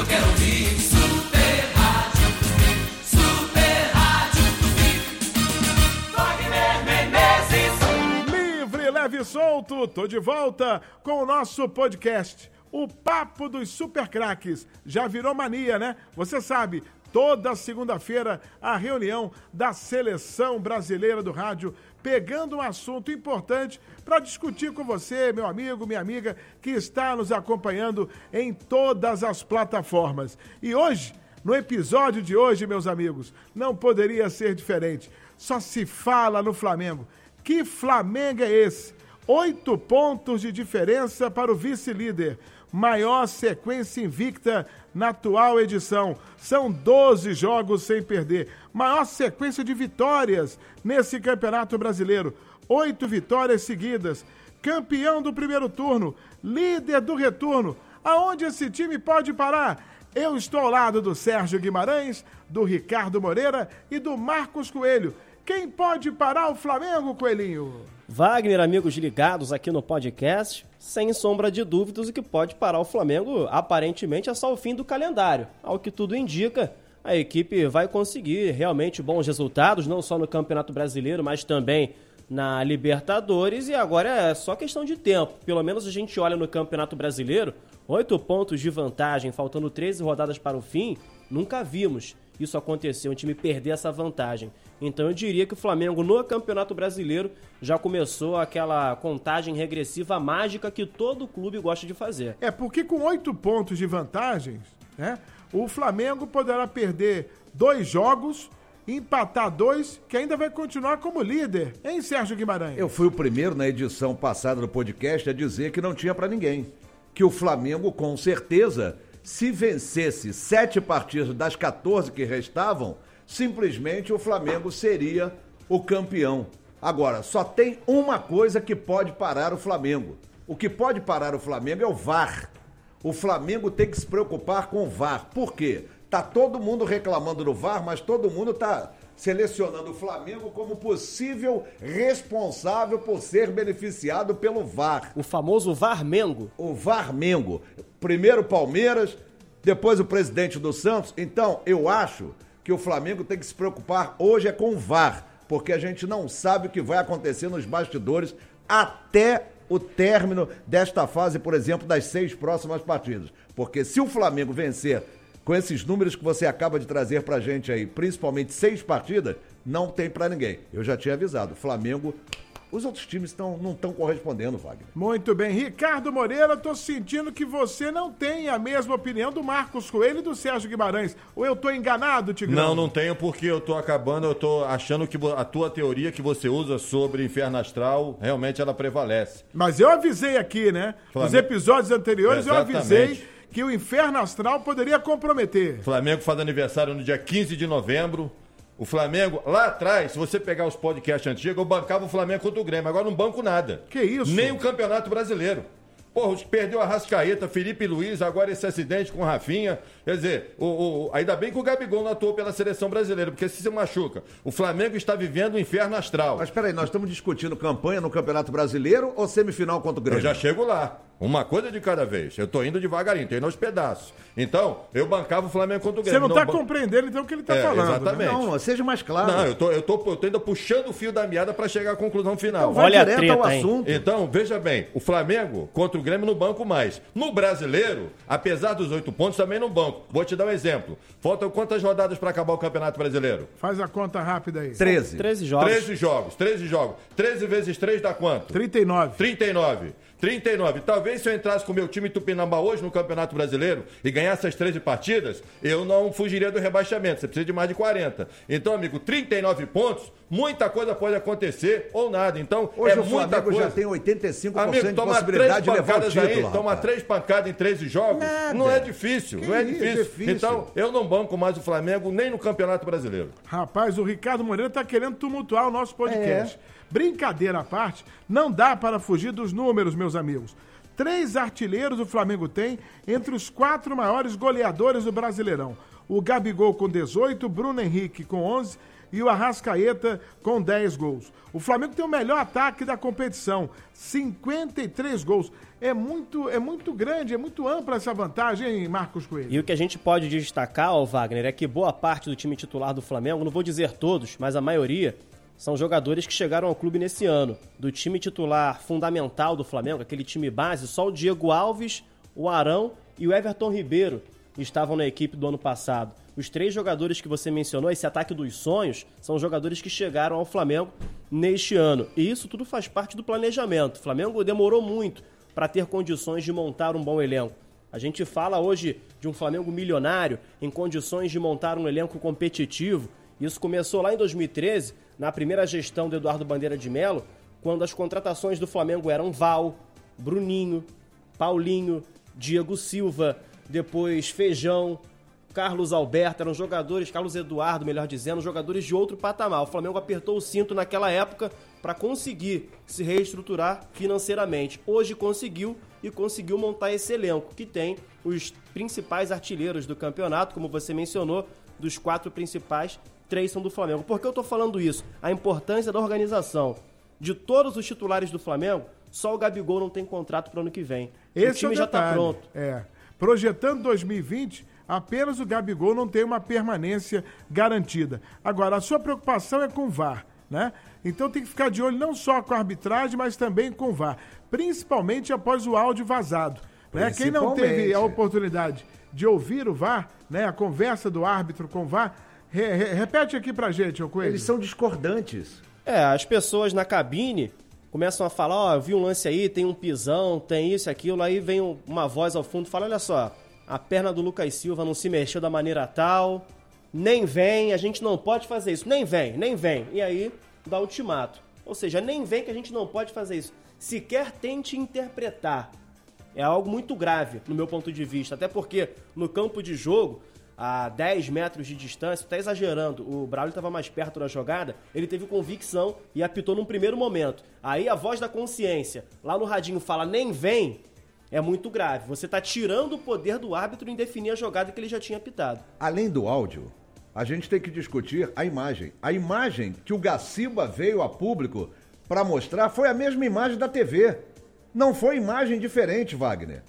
eu quero ouvir. Super Rádio Tupi, Super Rádio Tupi. Wagner Menezes. Livre, leve e solto, tô de volta com o nosso podcast, o Papo dos Super Craques. Já virou mania, né? Você sabe, toda segunda-feira a reunião da Seleção Brasileira do Rádio, pegando um assunto importante para discutir com você, meu amigo, minha amiga, que está nos acompanhando em todas as plataformas. E hoje, no episódio de hoje, meus amigos, não poderia ser diferente. Só se fala no Flamengo. Que Flamengo é esse? 8 pontos de diferença para o vice-líder. Maior sequência invicta na atual edição. São 12 jogos sem perder. Maior sequência de vitórias nesse Campeonato Brasileiro. 8 vitórias seguidas. Campeão do primeiro turno. Líder do retorno. Aonde esse time pode parar? Eu estou ao lado do Sérgio Guimarães, do Ricardo Moreira e do Marcos Coelho. Quem pode parar o Flamengo, Coelhinho? Wagner, amigos ligados aqui no podcast, sem sombra de dúvidas, o que pode parar o Flamengo, aparentemente, é só o fim do calendário. Ao que tudo indica, a equipe vai conseguir realmente bons resultados, não só no Campeonato Brasileiro, mas também na Libertadores, e agora é só questão de tempo. Pelo menos a gente olha no Campeonato Brasileiro, 8 pontos de vantagem, faltando 13 rodadas para o fim, nunca vimos isso acontecer, um time perder essa vantagem. Então eu diria que o Flamengo no Campeonato Brasileiro já começou aquela contagem regressiva mágica que todo clube gosta de fazer. É, porque com 8 pontos de vantagens, né, o Flamengo poderá perder 2 jogos, empatar 2, que ainda vai continuar como líder, hein, Sérgio Guimarães? Eu fui o primeiro na edição passada do podcast a dizer que não tinha pra ninguém. Que o Flamengo, com certeza, se vencesse 7 partidas das 14 que restavam, simplesmente o Flamengo seria o campeão. Agora, só tem uma coisa que pode parar o Flamengo. O que pode parar o Flamengo é o VAR. O Flamengo tem que se preocupar com o VAR. Por quê? Tá todo mundo reclamando do VAR, mas todo mundo tá selecionando o Flamengo como possível responsável por ser beneficiado pelo VAR. O famoso Varmengo. O Varmengo. Primeiro o Palmeiras, depois o presidente do Santos. Então, eu acho que o Flamengo tem que se preocupar hoje é com o VAR, porque a gente não sabe o que vai acontecer nos bastidores até o término desta fase, por exemplo, das 6 próximas partidas. Porque se o Flamengo vencer com esses números que você acaba de trazer pra gente aí, principalmente 6 partidas, não tem pra ninguém. Eu já tinha avisado, o Flamengo, os outros times não estão correspondendo, Wagner. Muito bem. Ricardo Moreira, tô sentindo que você não tem a mesma opinião do Marcos Coelho e do Sérgio Guimarães. Ou eu tô enganado, Tigrão? Não tenho, porque eu tô achando que a tua teoria que você usa sobre Inferno Astral, realmente ela prevalece. Mas eu avisei aqui, né? Nos episódios anteriores Exatamente. Eu avisei que o Inferno Astral poderia comprometer. O Flamengo faz aniversário no dia 15 de novembro. O Flamengo, lá atrás, se você pegar os podcasts antigos, eu bancava o Flamengo contra o Grêmio. Agora não banco nada. Que isso? Nem o Campeonato Brasileiro. Porra, perdeu a Arrascaeta, Felipe Luiz, agora esse acidente com o Rafinha. Quer dizer, ainda bem que o Gabigol não atuou pela seleção brasileira, porque se machuca. O Flamengo está vivendo o inferno astral. Mas peraí, nós estamos discutindo campanha no Campeonato Brasileiro ou semifinal contra o Grêmio? Eu já chego lá. Uma coisa de cada vez. Eu tô indo devagarinho, tô indo aos pedaços. Então, eu bancava o Flamengo contra o Grêmio. Você não tá compreendendo, então, o que ele tá falando. Exatamente. Não, seja mais claro. Não, eu tô ainda puxando o fio da meada para chegar à conclusão final. Então vai Olha direto a treta, ao hein? assunto. Então, veja bem, o Flamengo contra o Grêmio no banco mais. No Brasileiro, apesar dos 8 pontos, também no banco. Vou te dar um exemplo. Faltam quantas rodadas para acabar o Campeonato Brasileiro? Faz a conta rápida aí. 13. 13 jogos. 13 jogos. 13 vezes 3 dá quanto? 39. 39. Talvez se eu entrasse com o meu time Tupinambá hoje no Campeonato Brasileiro e ganhasse as 13 partidas, eu não fugiria do rebaixamento. Você precisa de mais de 40. Então, amigo, 39 pontos, muita coisa pode acontecer ou nada. Então, Hoje é o muita Flamengo coisa. já tem 85% Amigo, de toma possibilidade de 3 levar o pancadas título. aí, toma 3 pancadas em 13 jogos. Nada. Não é difícil, Que não é isso, difícil. difícil. Então, eu não banco mais o Flamengo nem no Campeonato Brasileiro. Rapaz, o Ricardo Moreira tá querendo tumultuar o nosso podcast. Brincadeira à parte, não dá para fugir dos números, meus amigos. 3 artilheiros o Flamengo tem entre os 4 maiores goleadores do Brasileirão. O Gabigol com 18, Bruno Henrique com 11, e o Arrascaeta com 10 gols. O Flamengo tem o melhor ataque da competição, 53 gols. É muito grande, é muito ampla essa vantagem, hein, Marcos Coelho? E o que a gente pode destacar, Wagner, é que boa parte do time titular do Flamengo, não vou dizer todos, mas a maioria, são jogadores que chegaram ao clube nesse ano. Do time titular fundamental do Flamengo, aquele time base, só o Diego Alves, o Arão e o Everton Ribeiro estavam na equipe do ano passado. Os 3 jogadores que você mencionou, esse ataque dos sonhos, são jogadores que chegaram ao Flamengo neste ano. E isso tudo faz parte do planejamento. O Flamengo demorou muito para ter condições de montar um bom elenco. A gente fala hoje de um Flamengo milionário, em condições de montar um elenco competitivo. Isso começou lá em 2013, na primeira gestão do Eduardo Bandeira de Melo, quando as contratações do Flamengo eram Val, Bruninho, Paulinho, Diego Silva, depois Feijão, Carlos Alberto, eram jogadores, Carlos Eduardo, melhor dizendo, jogadores de outro patamar. O Flamengo apertou o cinto naquela época para conseguir se reestruturar financeiramente. Hoje conseguiu e conseguiu montar esse elenco, que tem os principais artilheiros do campeonato, como você mencionou, dos 4 principais, 3 são do Flamengo. Por que eu estou falando isso? A importância da organização. De todos os titulares do Flamengo, só o Gabigol não tem contrato para o ano que vem. Esse o time é o já está detalhe. pronto. Projetando 2020, apenas o Gabigol não tem uma permanência garantida. Agora, a sua preocupação é com o VAR, né? Então tem que ficar de olho não só com a arbitragem, mas também com o VAR. Principalmente após o áudio vazado. Né? Quem não teve a oportunidade de ouvir o VAR, né, a conversa do árbitro com o VAR, repete aqui pra gente, ô Coelho. Eles são discordantes. As pessoas na cabine começam a falar, eu vi um lance aí, tem um pisão, tem isso, aquilo, aí vem uma voz ao fundo e fala, olha só, a perna do Lucas Silva não se mexeu da maneira tal, nem vem, a gente não pode fazer isso, nem vem. E aí dá ultimato. Ou seja, nem vem que a gente não pode fazer isso. Sequer tente interpretar. É algo muito grave, no meu ponto de vista, até porque no campo de jogo, a 10 metros de distância, tá exagerando, o Braulio estava mais perto da jogada, ele teve convicção e apitou num primeiro momento. Aí a voz da consciência, lá no radinho, fala nem vem, é muito grave. Você tá tirando o poder do árbitro em definir a jogada que ele já tinha apitado. Além do áudio, a gente tem que discutir a imagem. A imagem que o Gaciba veio a público para mostrar foi a mesma imagem da TV. Não foi imagem diferente, Wagner.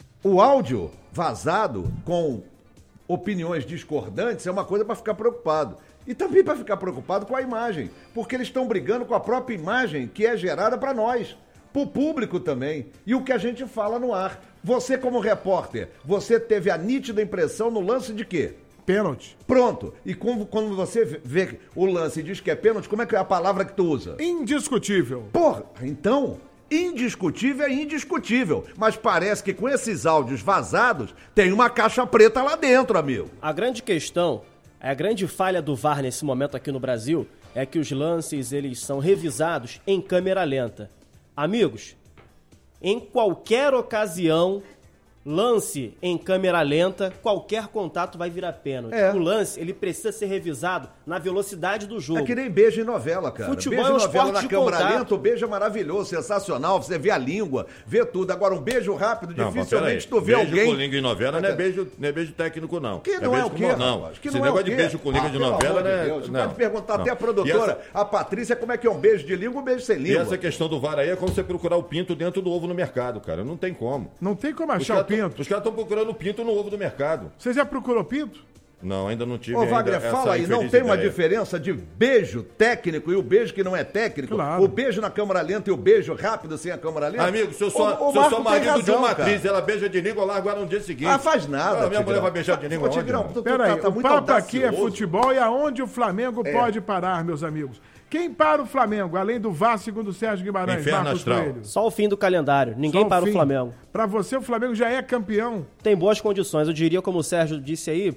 O áudio vazado com opiniões discordantes é uma coisa para ficar preocupado. E também para ficar preocupado com a imagem, porque eles estão brigando com a própria imagem que é gerada para nós, para o público também, e o que a gente fala no ar. Você como repórter, você teve a nítida impressão no lance de quê? Pênalti. Pronto. E quando você vê o lance e diz que é pênalti, como é que é a palavra que tu usa? Indiscutível. Porra, então... Indiscutível é indiscutível, mas parece que com esses áudios vazados tem uma caixa preta lá dentro, amigo. A grande questão, a grande falha do VAR nesse momento aqui no Brasil é que os lances eles são revisados em câmera lenta. Amigos, em qualquer ocasião, lance em câmera lenta, qualquer contato vai virar pênalti. É. O lance, ele precisa ser revisado na velocidade do jogo. É que nem beijo em novela, cara. Futebol beijo é um em novela esporte na de câmera contato. lenta, o beijo é maravilhoso, sensacional, você vê a língua, vê tudo. Agora, um beijo rápido, dificilmente tu vê beijo alguém... com língua em novela não é beijo técnico, não. Que não é o quê, Não, rapaz? Que esse não é o negócio de quê? beijo com língua de pelo novela, amor de né? Deus, você Não. pode perguntar Não. até a produtora, a Patrícia, como é que é um beijo de língua, um beijo sem E língua. essa questão do VAR aí é como você procurar o pinto dentro do ovo no mercado, cara. Não tem como. Não tem como Os achar o caras pinto. estão procurando o pinto no ovo do mercado. Você já procurou pinto? Não, ainda não tive Ô, ainda Wagner, essa fala aí, não infeliz tem uma ideia. diferença de beijo técnico e o beijo que não é técnico? Claro. O beijo na câmera lenta e o beijo rápido sem a câmera lenta? Amigo, se eu O sou Marco tem marido de razão, uma cara. atriz, ela beija de língua, eu largo ela no dia seguinte. Ah, faz nada, Minha mulher Tigrão. vai beijar de língua Ô, Tigrão, onde? tu Peraí, tá o muito papo aqui é audacioso. futebol e aonde o Flamengo pode parar, meus amigos. Quem para o Flamengo, além do VAR, segundo o Sérgio Guimarães, Inferno Marcos astral. Coelho? Só o fim do calendário, ninguém para o Flamengo. Para você, o Flamengo já é campeão. Tem boas condições, eu diria, como o Sérgio disse aí,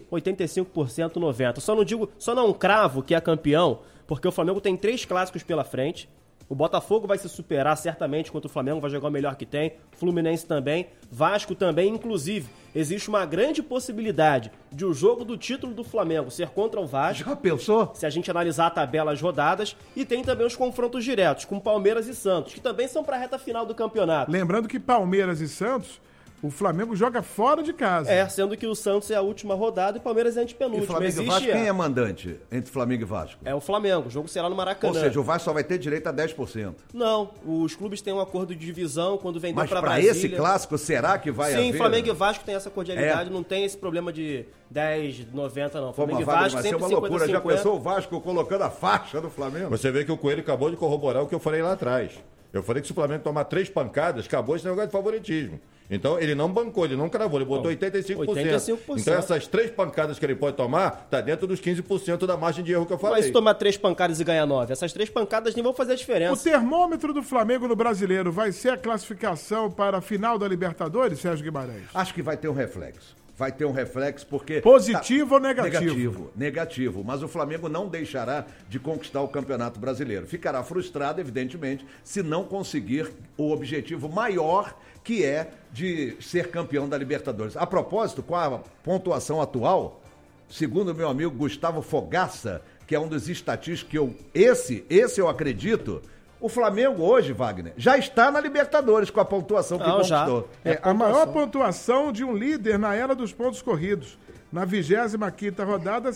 85%, 90%. Só não cravo que é campeão, porque o Flamengo tem 3 clássicos pela frente. O Botafogo vai se superar certamente contra o Flamengo, vai jogar o melhor que tem. Fluminense também, Vasco também. Inclusive, existe uma grande possibilidade de o jogo do título do Flamengo ser contra o Vasco. Já pensou? Se a gente analisar a tabela, as rodadas, e tem também os confrontos diretos com Palmeiras e Santos, que também são para a reta final do campeonato. Lembrando que Palmeiras e Santos O Flamengo joga fora de casa. Sendo que o Santos é a última rodada e o Palmeiras é a E antepenúltima. Flamengo e Vasco, quem é mandante entre Flamengo e Vasco? É o Flamengo, o jogo será no Maracanã. Ou seja, o Vasco só vai ter direito a 10%. Não, os clubes têm um acordo de divisão quando vendeu Mas para para Brasília. esse clássico, será que vai haver? Sim, Flamengo e Vasco tem essa cordialidade, não tem esse problema de 10, 90, não. Pô, Flamengo e mas Vasco vai ser sempre uma loucura. 50-50. Já pensou o Vasco colocando a faixa do Flamengo? Você vê que o Coelho acabou de corroborar o que eu falei lá atrás. Eu falei que se o Flamengo tomar 3 pancadas, acabou esse negócio de favoritismo. Então, ele não bancou, ele não cravou, ele botou 85%. 85%. Então, essas 3 pancadas que ele pode tomar, tá dentro dos 15% da margem de erro que eu falei. Mas se tomar 3 pancadas e ganhar 9, essas 3 pancadas nem vão fazer a O diferença. termômetro do Flamengo no Brasileiro vai ser a classificação para a final da Libertadores, Sérgio Guimarães? Acho que vai ter um reflexo. Vai ter um reflexo porque... Positivo ou negativo? Negativo. Mas o Flamengo não deixará de conquistar o Campeonato Brasileiro. Ficará frustrado, evidentemente, se não conseguir o objetivo maior, que é de ser campeão da Libertadores. A propósito, com a pontuação atual, segundo meu amigo Gustavo Fogaça, que é um dos estatísticos que esse eu acredito... O Flamengo hoje, Wagner, já está na Libertadores com a pontuação que conquistou. A maior pontuação de um líder na era dos pontos corridos. Na 25ª rodada,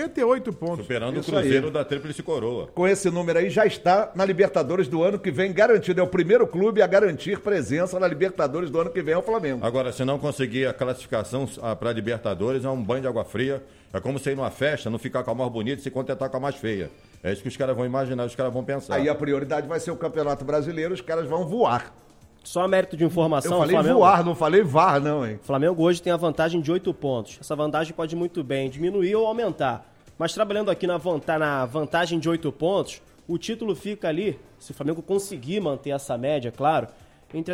58 pontos. Superando Isso o Cruzeiro aí. da Tríplice Coroa. Com esse número aí, já está na Libertadores do ano que vem garantido. É o primeiro clube a garantir presença na Libertadores do ano que vem, é o Flamengo. Agora, se não conseguir a classificação para Libertadores, é um banho de água fria. É como você ir numa festa, não ficar com a mais bonita e se contentar com a mais feia. É isso que os caras vão imaginar, os caras vão pensar. Aí a prioridade vai ser o Campeonato Brasileiro, os caras vão voar. Só a mérito de informação, Eu falei Flamengo, voar, não falei VAR, não, hein? o Flamengo hoje tem a vantagem de 8 pontos. Essa vantagem pode muito bem diminuir ou aumentar. Mas trabalhando aqui na vantagem de 8 pontos, o título fica ali, se o Flamengo conseguir manter essa média, claro, entre a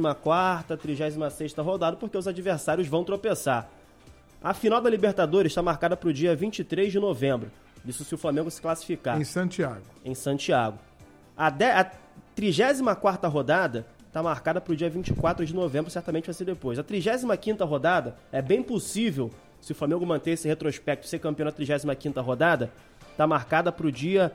34ª e a 36ª rodada, porque os adversários vão tropeçar. A final da Libertadores está marcada para o dia 23 de novembro. Isso se o Flamengo se classificar. Em Santiago. Em Santiago. A 34ª rodada está marcada para o dia 24 de novembro, certamente vai ser depois. A 35ª rodada é bem possível, se o Flamengo manter esse retrospecto e ser campeão na 35ª rodada, está marcada para o dia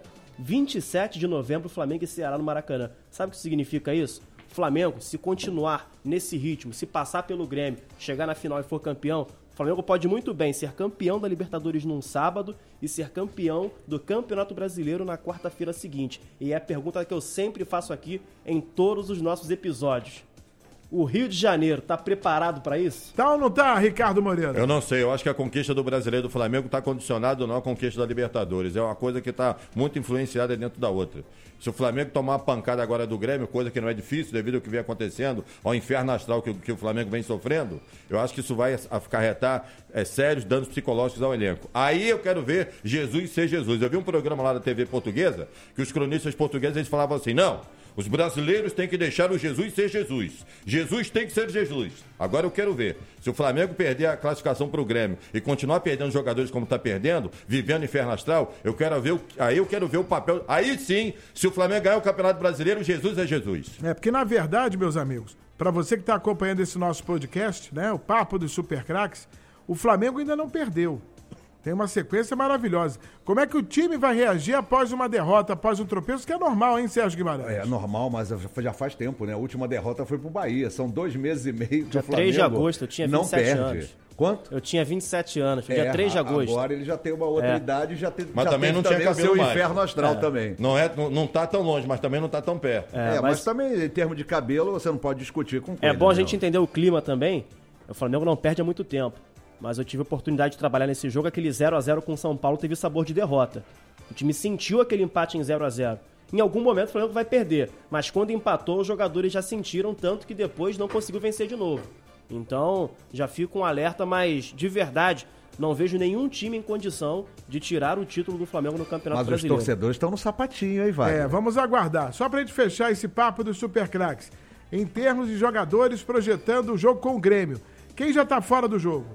27 de novembro, Flamengo e Ceará no Maracanã. Sabe o que significa isso? O Flamengo, se continuar nesse ritmo, se passar pelo Grêmio, chegar na final e for campeão, o Flamengo pode muito bem ser campeão da Libertadores num sábado e ser campeão do Campeonato Brasileiro na quarta-feira seguinte. E é a pergunta que eu sempre faço aqui em todos os nossos episódios. O Rio de Janeiro está preparado para isso? Tá ou não tá, Ricardo Moreira? Eu não sei, eu acho que a conquista do Brasileiro do Flamengo está condicionada ou não à conquista da Libertadores. É uma coisa que está muito influenciada dentro da outra. Se o Flamengo tomar uma pancada agora do Grêmio, coisa que não é difícil devido ao que vem acontecendo, ao inferno astral que o Flamengo vem sofrendo, eu acho que isso vai acarretar sérios danos psicológicos ao elenco. Aí eu quero ver Jesus ser Jesus. Eu vi um programa lá da TV portuguesa que os cronistas portugueses eles falavam assim, não, os brasileiros têm que deixar o Jesus ser Jesus. Jesus tem que ser Jesus. Agora eu quero ver. Se o Flamengo perder a classificação para o Grêmio e continuar perdendo jogadores como está perdendo, vivendo inferno astral, eu quero ver o papel. Aí sim, se o Flamengo ganhar o Campeonato Brasileiro, Jesus é Jesus. Porque na verdade, meus amigos, para você que está acompanhando esse nosso podcast, né, o Papo dos Super Craques, o Flamengo ainda não perdeu. Tem uma sequência maravilhosa. Como é que o time vai reagir após uma derrota, após um tropeço, que é normal, hein, Sérgio Guimarães? É normal, mas já faz tempo, né? A última derrota foi pro Bahia. São 2 meses e meio que Dia o Flamengo 3 de agosto, eu tinha 27 não perde. anos. Quanto? Eu tinha 27 anos, dia 3 de agosto. Agora ele já tem uma outra idade, já tem, Mas já também teve não tinha o cabelo seu mais. inferno astral também. Não tá tão longe, mas também não tá tão perto. Mas também, em termos de cabelo, você não pode discutir com coisa. É bom a não. gente entender o clima também. O Flamengo não perde há muito tempo. Mas eu tive a oportunidade de trabalhar nesse jogo. Aquele 0x0 com o São Paulo teve sabor de derrota. O time sentiu aquele empate em 0x0. Em algum momento o Flamengo vai perder. Mas quando empatou, os jogadores já sentiram, tanto que depois não conseguiu vencer de novo. Então, já fica um alerta, mas de verdade, não vejo nenhum time em condição de tirar o título do Flamengo no Campeonato Mas Brasileiro. os torcedores estão no sapatinho aí, vai. Vamos aguardar. Só pra gente fechar esse papo dos Super Craques. Em termos de jogadores projetando o jogo com o Grêmio, quem já tá fora do jogo?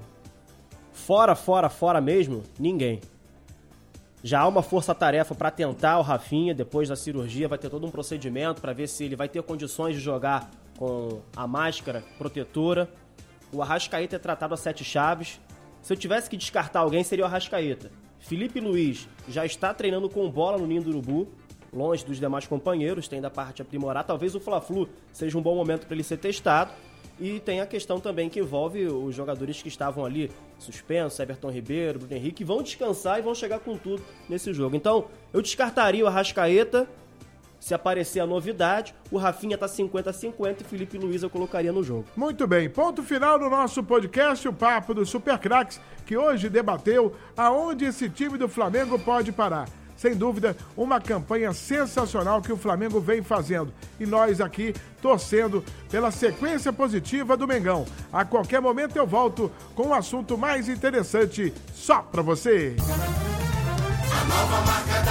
Fora mesmo, ninguém. Já há uma força-tarefa para tentar o Rafinha, depois da cirurgia vai ter todo um procedimento para ver se ele vai ter condições de jogar com a máscara protetora. O Arrascaeta é tratado a 7 chaves. Se eu tivesse que descartar alguém, seria o Arrascaeta. Felipe Luiz já está treinando com bola no Ninho do Urubu, longe dos demais companheiros, tem da parte a aprimorar. Talvez o Fla-Flu seja um bom momento para ele ser testado. E tem a questão também que envolve os jogadores que estavam ali suspensos, Everton Ribeiro, Bruno Henrique, que vão descansar e vão chegar com tudo nesse jogo. Então, eu descartaria o Arrascaeta, se aparecer a novidade, o Rafinha tá 50-50 e Felipe Luiz eu colocaria no jogo. Muito bem, ponto final do nosso podcast, o Papo dos Super Craques, que hoje debateu aonde esse time do Flamengo pode parar. Sem dúvida, uma campanha sensacional que o Flamengo vem fazendo. E nós aqui torcendo pela sequência positiva do Mengão. A qualquer momento eu volto com um assunto mais interessante só pra você. A nova marca da